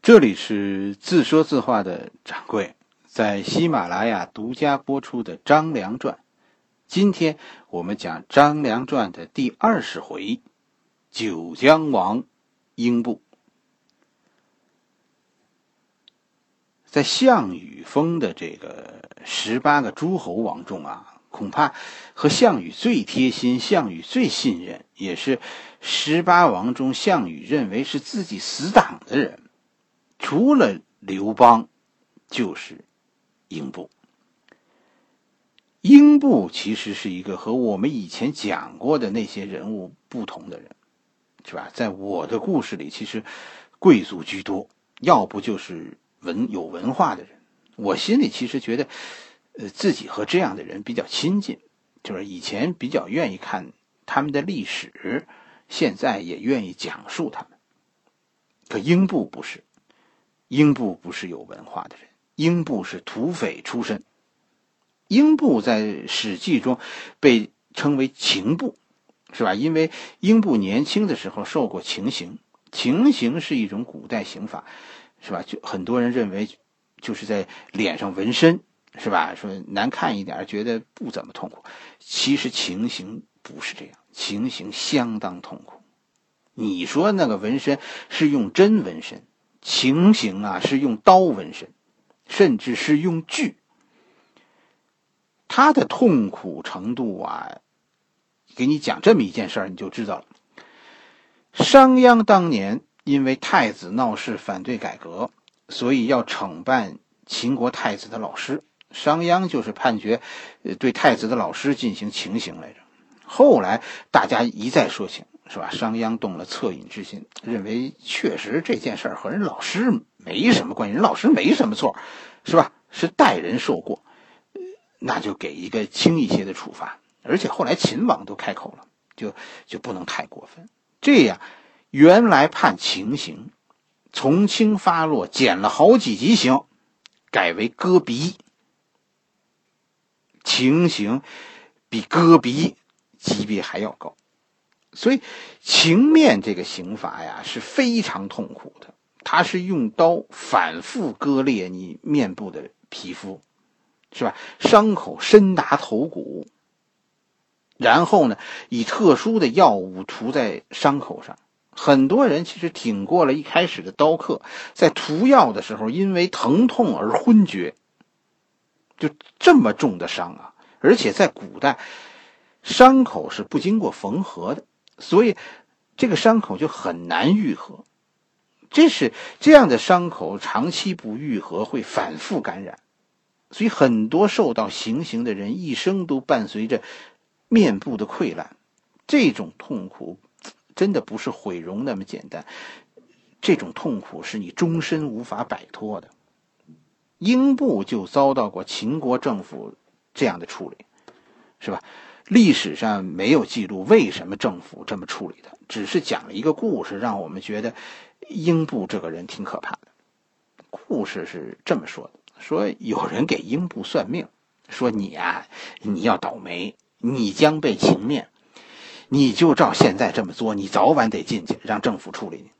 这里是自说自话的掌柜，在喜马拉雅独家播出的张良传。今天我们讲张良传的第20回，九江王英布。在项羽封的这个18个诸侯王中啊，恐怕和项羽最贴心、项羽最信任，也是18王中项羽认为是自己死党的人，除了刘邦就是英布。英布其实是一个和我们以前讲过的那些人物不同的人，是吧？在我的故事里，其实贵族居多，要不就是有文化的人。我心里其实觉得自己和这样的人比较亲近，就是以前比较愿意看他们的历史，现在也愿意讲述他们。可英布不是，英布不是有文化的人，英布是土匪出身。英布在史记中被称为情布，是吧？因为英布年轻的时候受过情刑，情刑是一种古代刑法，是吧？就很多人认为就是在脸上纹身，是吧？说难看一点，觉得不怎么痛苦。其实情刑不是这样，情刑相当痛苦。你说那个纹身是用针纹身，情刑啊是用刀纹身，甚至是用锯。他的痛苦程度啊，给你讲这么一件事儿你就知道了。商鞅当年因为太子闹事反对改革，所以要惩办秦国太子的老师。商鞅就是判决对太子的老师进行情刑来着。后来大家一再说情，是吧？商鞅动了恻隐之心，认为确实这件事儿和人老师没什么关系，人老师没什么错，是吧？是代人受过，那就给一个轻一些的处罚。而且后来秦王都开口了，就不能太过分。这样原来判情刑，从轻发落，减了好几级刑，改为割鼻。情刑比割鼻级别还要高，所以情面这个刑罚呀是非常痛苦的。它是用刀反复割裂你面部的皮肤，是吧？伤口深达头骨，然后呢，以特殊的药物涂在伤口上。很多人其实挺过了一开始的刀刻，在涂药的时候因为疼痛而昏厥。就这么重的伤啊！而且在古代，伤口是不经过缝合的，所以这个伤口就很难愈合。这样的伤口长期不愈合，会反复感染。所以很多受到行刑的人一生都伴随着面部的溃烂。这种痛苦真的不是毁容那么简单，这种痛苦是你终身无法摆脱的。英布就遭到过秦国政府这样的处理，是吧？历史上没有记录为什么政府这么处理的，只是讲了一个故事，让我们觉得英布这个人挺可怕的。故事是这么说的，说有人给英布算命，说你要倒霉，你将被情面，你就照现在这么做，你早晚得进去，让政府处理你。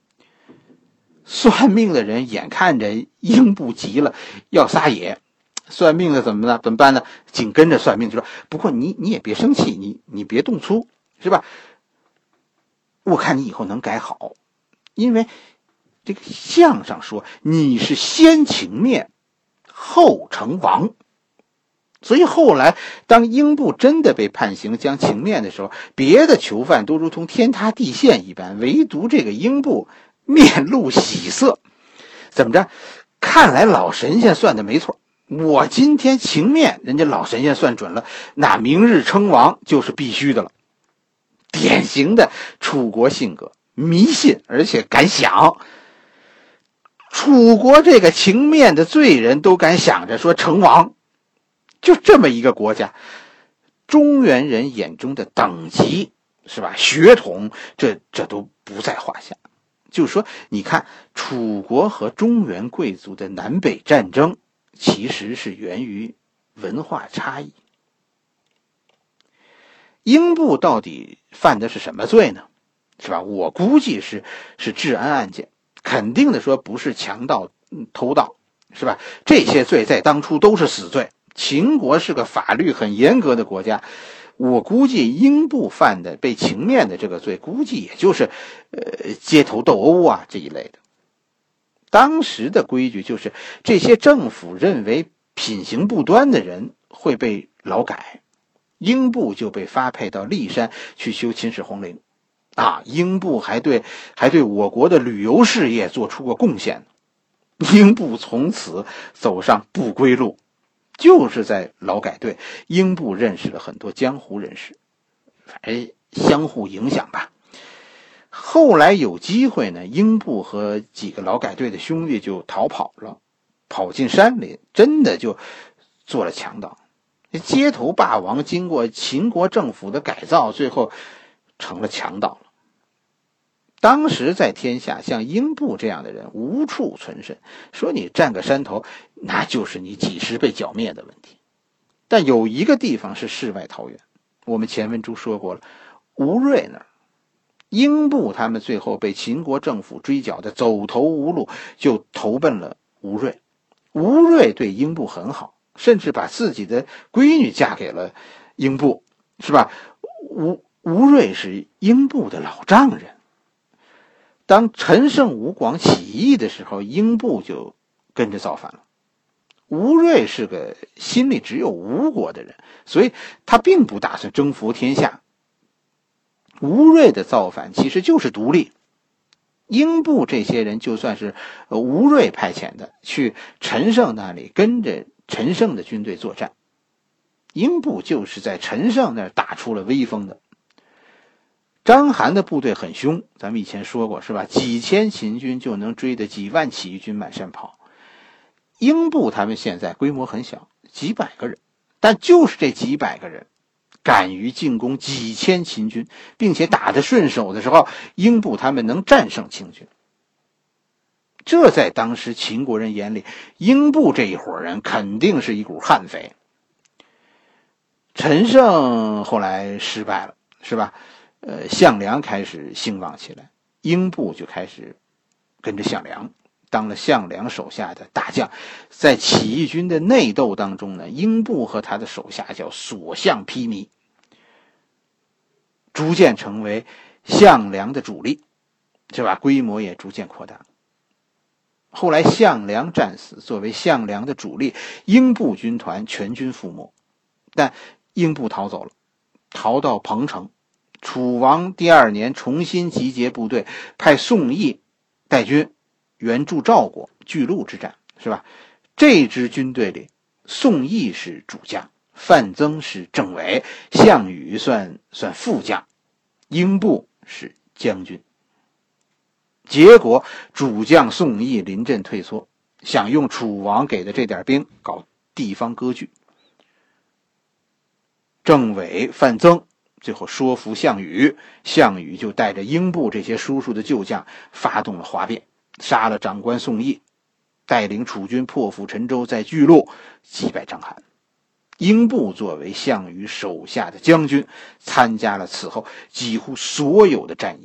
算命的人眼看着英布急了，要撒野，算命的怎么办呢？紧跟着算命就说：不过你也别生气，你别动粗，是吧？我看你以后能改好，因为这个相上说你是先情面后成王。所以后来当英布真的被判刑将情面的时候，别的囚犯都如同天塌地陷一般，唯独这个英布面露喜色。怎么着？看来老神仙算的没错，我今天情面人家老神仙算准了，那明日称王就是必须的了。典型的楚国性格，迷信而且敢想。楚国这个情面的罪人都敢想着说成王，就这么一个国家，中原人眼中的等级，是吧？血统这都不在话下。就是说你看楚国和中原贵族的南北战争，其实是源于文化差异。英布到底犯的是什么罪呢？是吧？我估计是治安案件。 肯定的说不是强盗偷盗，是吧？这些罪在当初都是死罪。秦国是个法律很严格的国家，我估计英布犯的被情面的这个罪，估计也就是街头斗殴啊这一类的。当时的规矩就是这些政府认为品行不端的人会被劳改，英布就被发配到骊山去修秦始皇陵啊。英布还对我国的旅游事业做出过贡献。英布从此走上不归路，就是在劳改队，英布认识了很多江湖人士，相互影响吧。后来有机会呢，英布和几个劳改队的兄弟就逃跑了，跑进山里，真的就做了强盗。街头霸王经过秦国政府的改造，最后成了强盗了。当时在天下，像英布这样的人无处存身，说你占个山头，那就是你几时被剿灭的问题。但有一个地方是世外桃源，我们前文中说过了，吴瑞那儿，英布他们最后被秦国政府追剿的走投无路，就投奔了吴瑞。吴瑞对英布很好，甚至把自己的闺女嫁给了英布，是吧？吴瑞是英布的老丈人。当陈胜吴广起义的时候，英布就跟着造反了。吴瑞是个心里只有吴国的人，所以他并不打算征服天下。吴瑞的造反其实就是独立。英布这些人就算是吴瑞派遣的，去陈胜那里跟着陈胜的军队作战。英布就是在陈胜那儿打出了威风的。章邯的部队很凶，咱们以前说过是吧？几千秦军就能追得几万起义军满山跑。英布他们现在规模很小，几百个人，但就是这几百个人敢于进攻几千秦军，并且打得顺手的时候，英布他们能战胜秦军。这在当时秦国人眼里，英布这一伙人肯定是一股悍匪。陈胜后来失败了，是吧？项梁开始兴旺起来，英布就开始跟着项梁，当了项梁手下的大将。在起义军的内斗当中呢，英布和他的手下叫所向披靡，逐渐成为项梁的主力，是吧？规模也逐渐扩大。后来项梁战死，作为项梁的主力，英布军团全军覆没。但英布逃走了，逃到彭城。楚王第2年重新集结部队，派宋义带军援助赵国，巨鹿之战，是吧？这支军队里，宋义是主将，范增是政委，项羽算副将，英布是将军。结果主将宋义临阵退缩，想用楚王给的这点兵搞地方割据。政委范增最后说服项羽，项羽就带着英布这些叔叔的旧将发动了哗变，杀了长官宋义，带领楚军破釜沉舟，在巨鹿击败章邯。英布作为项羽手下的将军，参加了此后几乎所有的战役，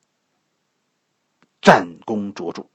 战功卓著。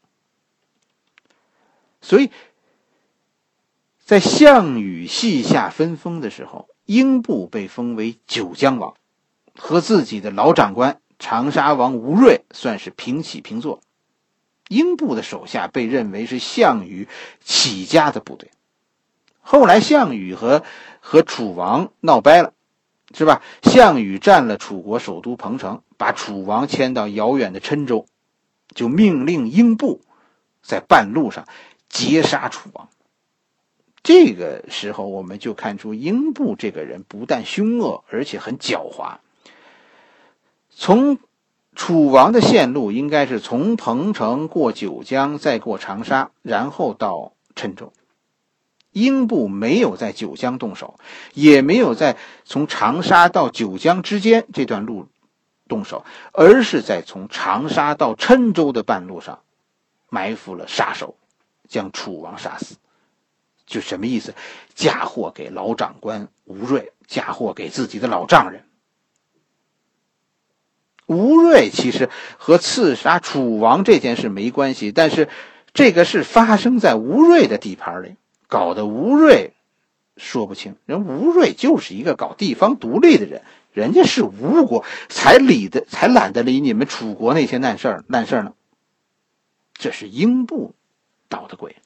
所以在项羽膝下分封的时候，英布被封为九江王，和自己的老长官长沙王吴瑞算是平起平坐。英布的手下被认为是项羽起家的部队。后来项羽和楚王闹掰了，是吧？项羽占了楚国首都彭城，把楚王迁到遥远的郴州，就命令英布在半路上截杀楚王。这个时候我们就看出英布这个人不但凶恶，而且很狡猾。从楚王的线路应该是从彭城过九江，再过长沙，然后到郴州。英布没有在九江动手，也没有在从长沙到九江之间这段路动手，而是在从长沙到郴州的半路上埋伏了杀手，将楚王杀死。就什么意思？嫁祸给老长官吴瑞，嫁祸给自己的老丈人。 吴瑞其实和刺杀楚王这件事没关系，但是这个事发生在吴瑞的地盘里，搞得吴瑞说不清。人吴瑞就是一个搞地方独立的人，人家是吴国，才懒得理你们楚国那些烂事儿呢。这是英布捣的鬼。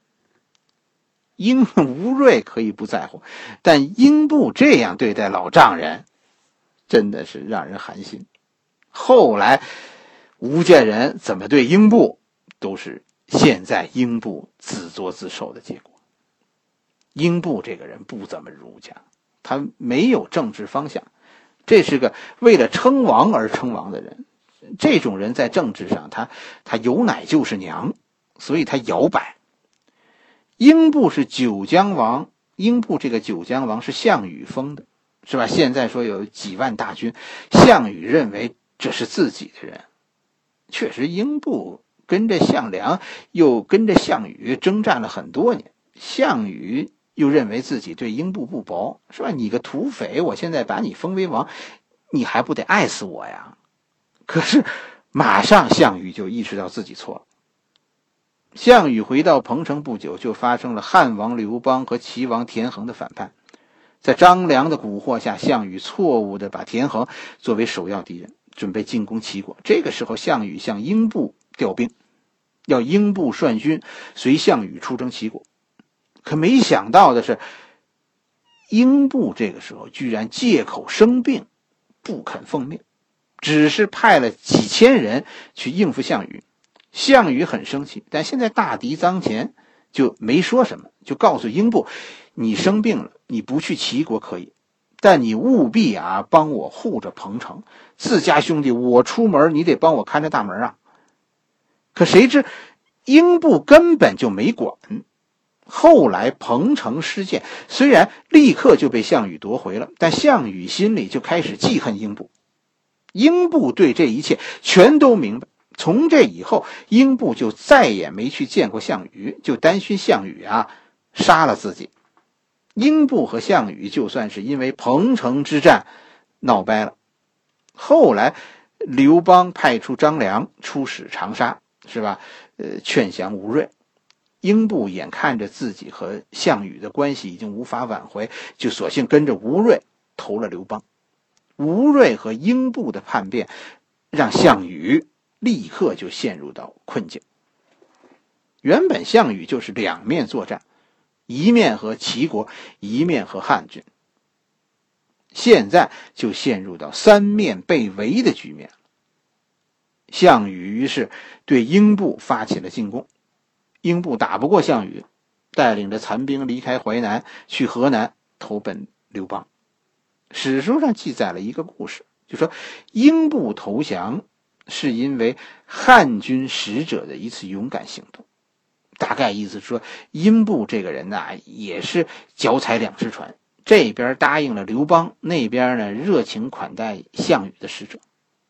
吴瑞可以不在乎，但英布这样对待老丈人，真的是让人寒心。后来吴家人怎么对英布，都是现在英布自作自受的结果。英布这个人不怎么儒家，他没有政治方向，这是个为了称王而称王的人。这种人在政治上他有奶就是娘，所以他摇摆。英布是九江王，英布这个九江王是项羽封的，是吧？现在说有几万大军，项羽认为这是自己的人。确实英布跟着项梁又跟着项羽征战了很多年，项羽又认为自己对英布不薄，是吧？你个土匪，我现在把你封为王，你还不得爱死我呀？可是马上项羽就意识到自己错了。项羽回到彭城不久，就发生了汉王刘邦和齐王田横的反叛。在张良的蛊惑下，项羽错误地把田横作为首要敌人，准备进攻齐国。这个时候，项羽向英布调兵，要英布率军随项羽出征齐国。可没想到的是，英布这个时候居然借口生病不肯奉命，只是派了几千人去应付项羽。项羽很生气，但现在大敌当前，就没说什么，就告诉英布，你生病了，你不去齐国可以，但你务必帮我护着彭城，自家兄弟我出门，你得帮我看着大门啊。可谁知英布根本就没管。后来彭城失陷，虽然立刻就被项羽夺回了，但项羽心里就开始记恨英布。英布对这一切全都明白，从这以后，英布就再也没去见过项羽，就担心项羽杀了自己。英布和项羽就算是因为彭城之战闹掰了。后来刘邦派出张良出使长沙，是吧？劝降吴瑞。英布眼看着自己和项羽的关系已经无法挽回，就索性跟着吴瑞投了刘邦。吴瑞和英布的叛变，让项羽立刻就陷入到困境。原本项羽就是两面作战，一面和齐国，一面和汉军，现在就陷入到三面被围的局面。项羽于是对英布发起了进攻，英布打不过项羽，带领着残兵离开淮南，去河南投奔刘邦。史书上记载了一个故事，就说英布投降是因为汉军使者的一次勇敢行动。大概意思说，英布这个人也是脚踩两只船，这边答应了刘邦，那边呢热情款待项羽的使者。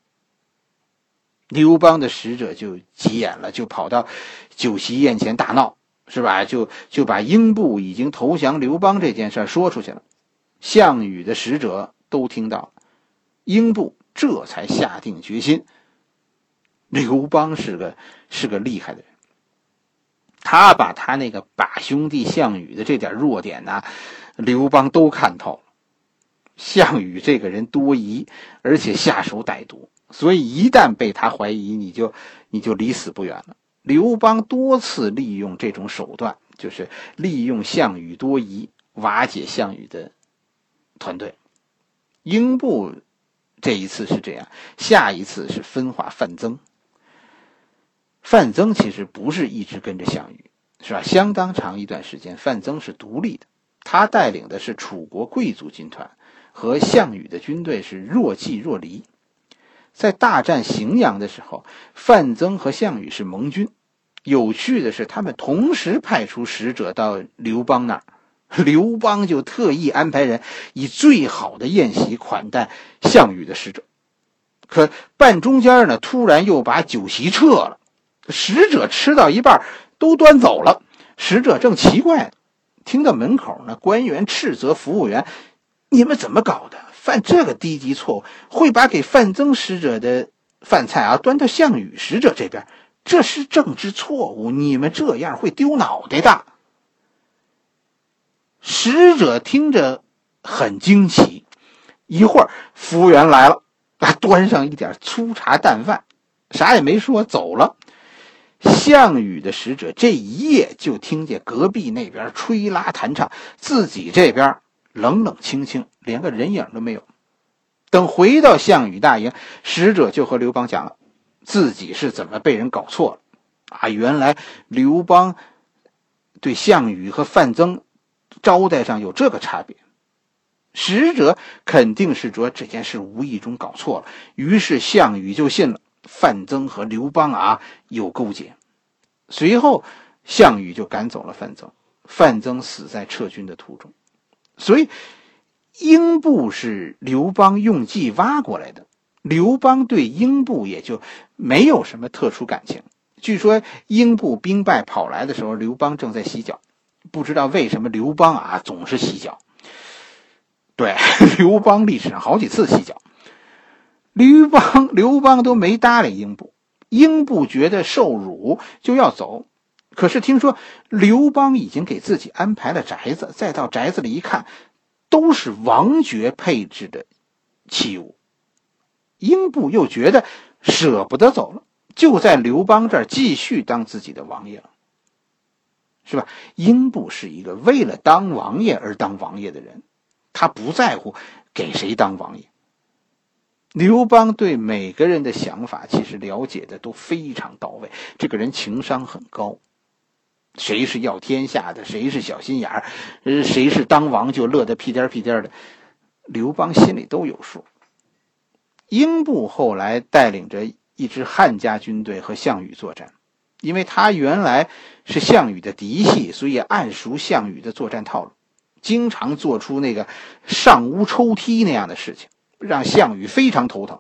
刘邦的使者就急眼了，就跑到酒席宴前大闹，是吧？就把英布已经投降刘邦这件事说出去了。项羽的使者都听到，英布这才下定决心。刘邦是个厉害的人，他把他那个把兄弟项羽的这点弱点刘邦都看透了。项羽这个人多疑，而且下手歹毒，所以一旦被他怀疑，你就离死不远了。刘邦多次利用这种手段，就是利用项羽多疑，瓦解项羽的团队。英布这一次是这样，下一次是分化范增。范增其实不是一直跟着项羽，是吧？相当长一段时间范增是独立的，他带领的是楚国贵族军团，和项羽的军队是若即若离。在大战荥阳的时候，范增和项羽是盟军。有趣的是，他们同时派出使者到刘邦那儿，刘邦就特意安排人以最好的宴席款待项羽的使者。可半中间呢，突然又把酒席撤了，使者吃到一半都端走了。使者正奇怪，听到门口呢，官员斥责服务员：“你们怎么搞的？ 犯这个低级错误，会把给范增使者的饭菜啊端到项羽使者这边，这是政治错误，你们这样会丢脑袋的。使者听着很惊奇，一会儿服务员来了，端上一点粗茶淡饭，啥也没说走了。项羽的使者这一夜就听见隔壁那边吹拉弹唱，自己这边冷冷清清，连个人影都没有。等回到项羽大营，使者就和刘邦讲了自己是怎么被人搞错了原来刘邦对项羽和范增招待上有这个差别。使者肯定是说这件事无意中搞错了，于是项羽就信了范增和刘邦有勾结。随后项羽就赶走了范增，范增死在撤军的途中。所以英布是刘邦用计挖过来的，刘邦对英布也就没有什么特殊感情。据说英布兵败跑来的时候，刘邦正在洗脚，不知道为什么刘邦总是洗脚。对，刘邦历史上好几次洗脚。刘邦都没搭理英布，英布觉得受辱就要走，可是听说刘邦已经给自己安排了宅子，再到宅子里一看，都是王爵配置的器物。英布又觉得舍不得走了，就在刘邦这儿继续当自己的王爷了，是吧？英布是一个为了当王爷而当王爷的人，他不在乎给谁当王爷。刘邦对每个人的想法其实了解的都非常到位，这个人情商很高，谁是要天下的，谁是小心眼儿，谁是当王就乐得屁颠屁颠的，刘邦心里都有数。英布后来带领着一支汉家军队和项羽作战，因为他原来是项羽的嫡系，所以暗熟项羽的作战套路，经常做出那个上屋抽梯那样的事情，让项羽非常头疼。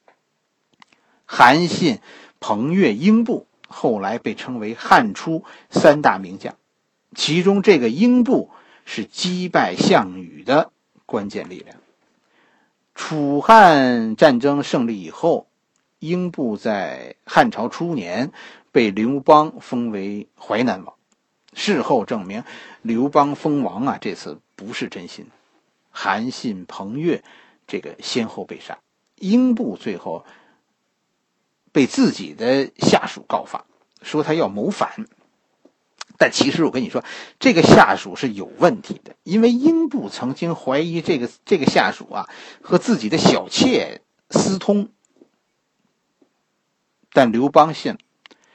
韩信、彭越、英布后来被称为汉初三大名将，其中这个英布是击败项羽的关键力量。楚汉战争胜利以后，英布在汉朝初年被刘邦封为淮南王。事后证明，刘邦封王这次不是真心。韩信、彭越这个先后被杀，英布最后被自己的下属告发，说他要谋反。但其实我跟你说，这个下属是有问题的，因为英布曾经怀疑这个下属和自己的小妾私通，但刘邦信了。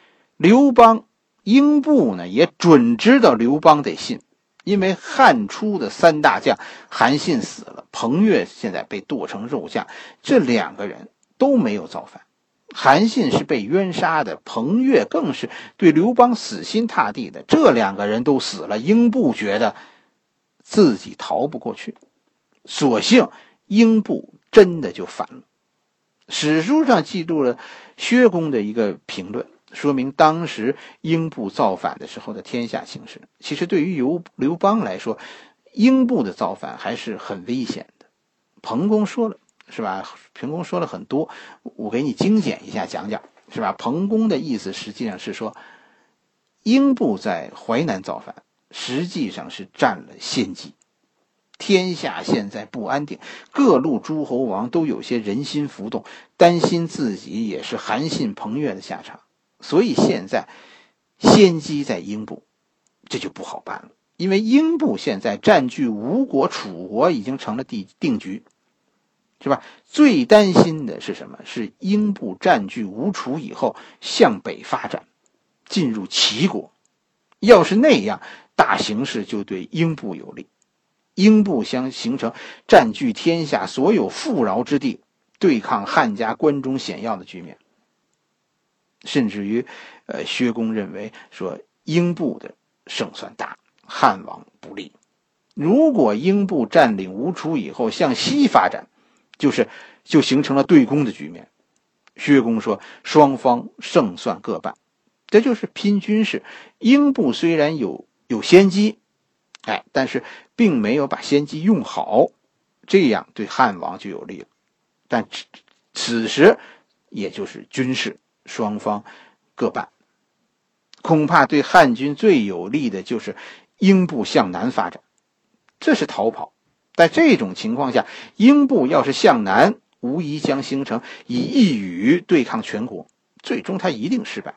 英布呢也准知道刘邦得信，因为汉初的三大将韩信死了，彭越现在被剁成肉酱，这两个人都没有造反。韩信是被冤杀的，彭越更是对刘邦死心塌地的，这两个人都死了，英布觉得自己逃不过去，所幸英布真的就反了。史书上记录了薛公的一个评论，说明当时英布造反的时候的天下形势。其实对于刘邦来说，英布的造反还是很危险的。彭公说了，是吧？彭公说了很多，我给你精简一下讲讲，是吧？彭公的意思实际上是说，英布在淮南造反，实际上是占了先机。天下现在不安定，各路诸侯王都有些人心浮动，担心自己也是韩信、彭越的下场，所以现在先机在英布，这就不好办了。因为英布现在占据吴国、楚国已经成了定局，是吧？最担心的是什么？是英布占据吴楚以后向北发展，进入齐国。要是那样，大形势就对英布有利。英布将形成占据天下所有富饶之地，对抗汉家关中险要的局面。甚至于薛公认为说英布的胜算大，汉王不利。如果英布占领吴楚以后向西发展，就形成了对攻的局面。薛公说双方胜算各半，这就是拼军事。英布虽然有先机，但是并没有把先机用好。 这样对汉王就有利了。但此时也就是军事双方各半，恐怕对汉军最有利的就是英布向南发展，这是逃跑。在这种情况下，英布要是向南，无疑将形成以一羽对抗全国，最终他一定失败。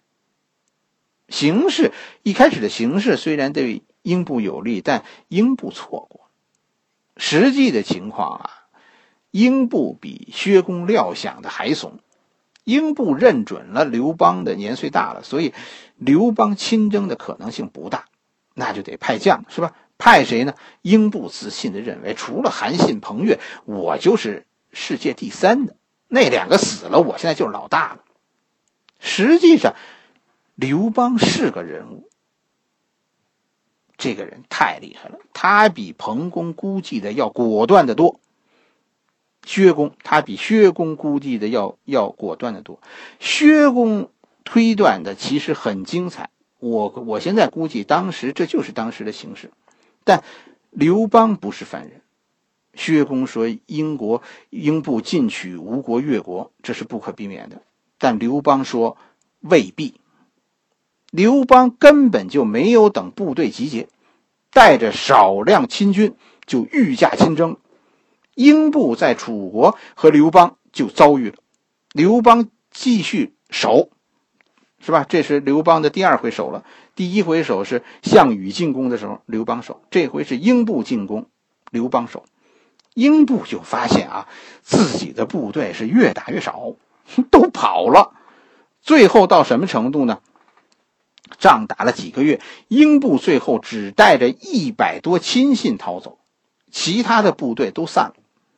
一开始的形势虽然对英布有利，但英布错过。实际的情况啊，英布比薛公料想的还怂。英布认准了刘邦的年岁大了，所以刘邦亲征的可能性不大，那就得派将，是吧？派谁呢？英布自信地认为，除了韩信、彭越，我就是世界第3的，那2个死了，我现在就是老大了。实际上刘邦是个人物，这个人太厉害了，他比彭公估计的要果断得多。他比薛公估计的要果断得多。薛公推断的其实很精彩，我现在估计这就是当时的形势。但刘邦不是凡人，薛公说英布进取吴国、越国，这是不可避免的，但刘邦说未必。刘邦根本就没有等部队集结，带着少量亲军就御驾亲征。英布在楚国和刘邦就遭遇了，刘邦继续守，是吧？这是刘邦的第2回守了。第1回守是项羽进攻的时候，刘邦守；这回是英布进攻，刘邦守。英布就发现啊，自己的部队是越打越少，都跑了。最后到什么程度呢？仗打了几个月，英布最后只带着100多亲信逃走，其他的部队都散了。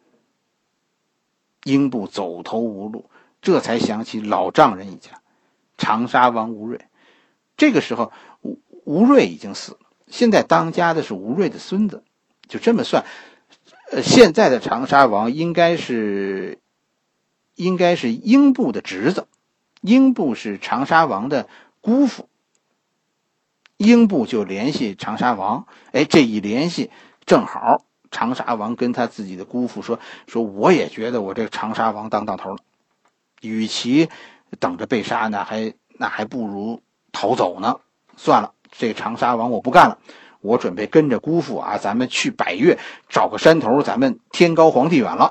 英布走投无路，这才想起老丈人一家，长沙王吴瑞。这个时候吴瑞已经死了，现在当家的是吴瑞的孙子。就这么算，现在的长沙王应该是英布的侄子，英布是长沙王的姑父。英布就联系长沙王，这一联系正好，长沙王跟他自己的姑父说我也觉得我这个长沙王当头了，与其等着被杀呢，那还不如逃走呢。算了，这长沙王我不干了，我准备跟着姑父啊，咱们去百越找个山头，咱们天高皇帝远了。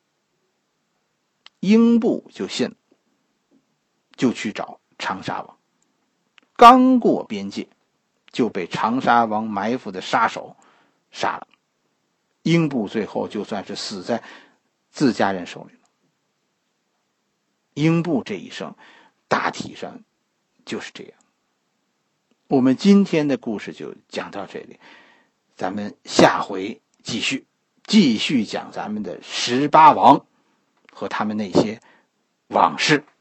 英布就信了，就去找长沙王。刚过边界，就被长沙王埋伏的杀手杀了。英布最后就算是死在自家人手里了。英布这一生大体上就是这样。我们今天的故事就讲到这里，咱们下回继续讲咱们的18王和他们那些往事。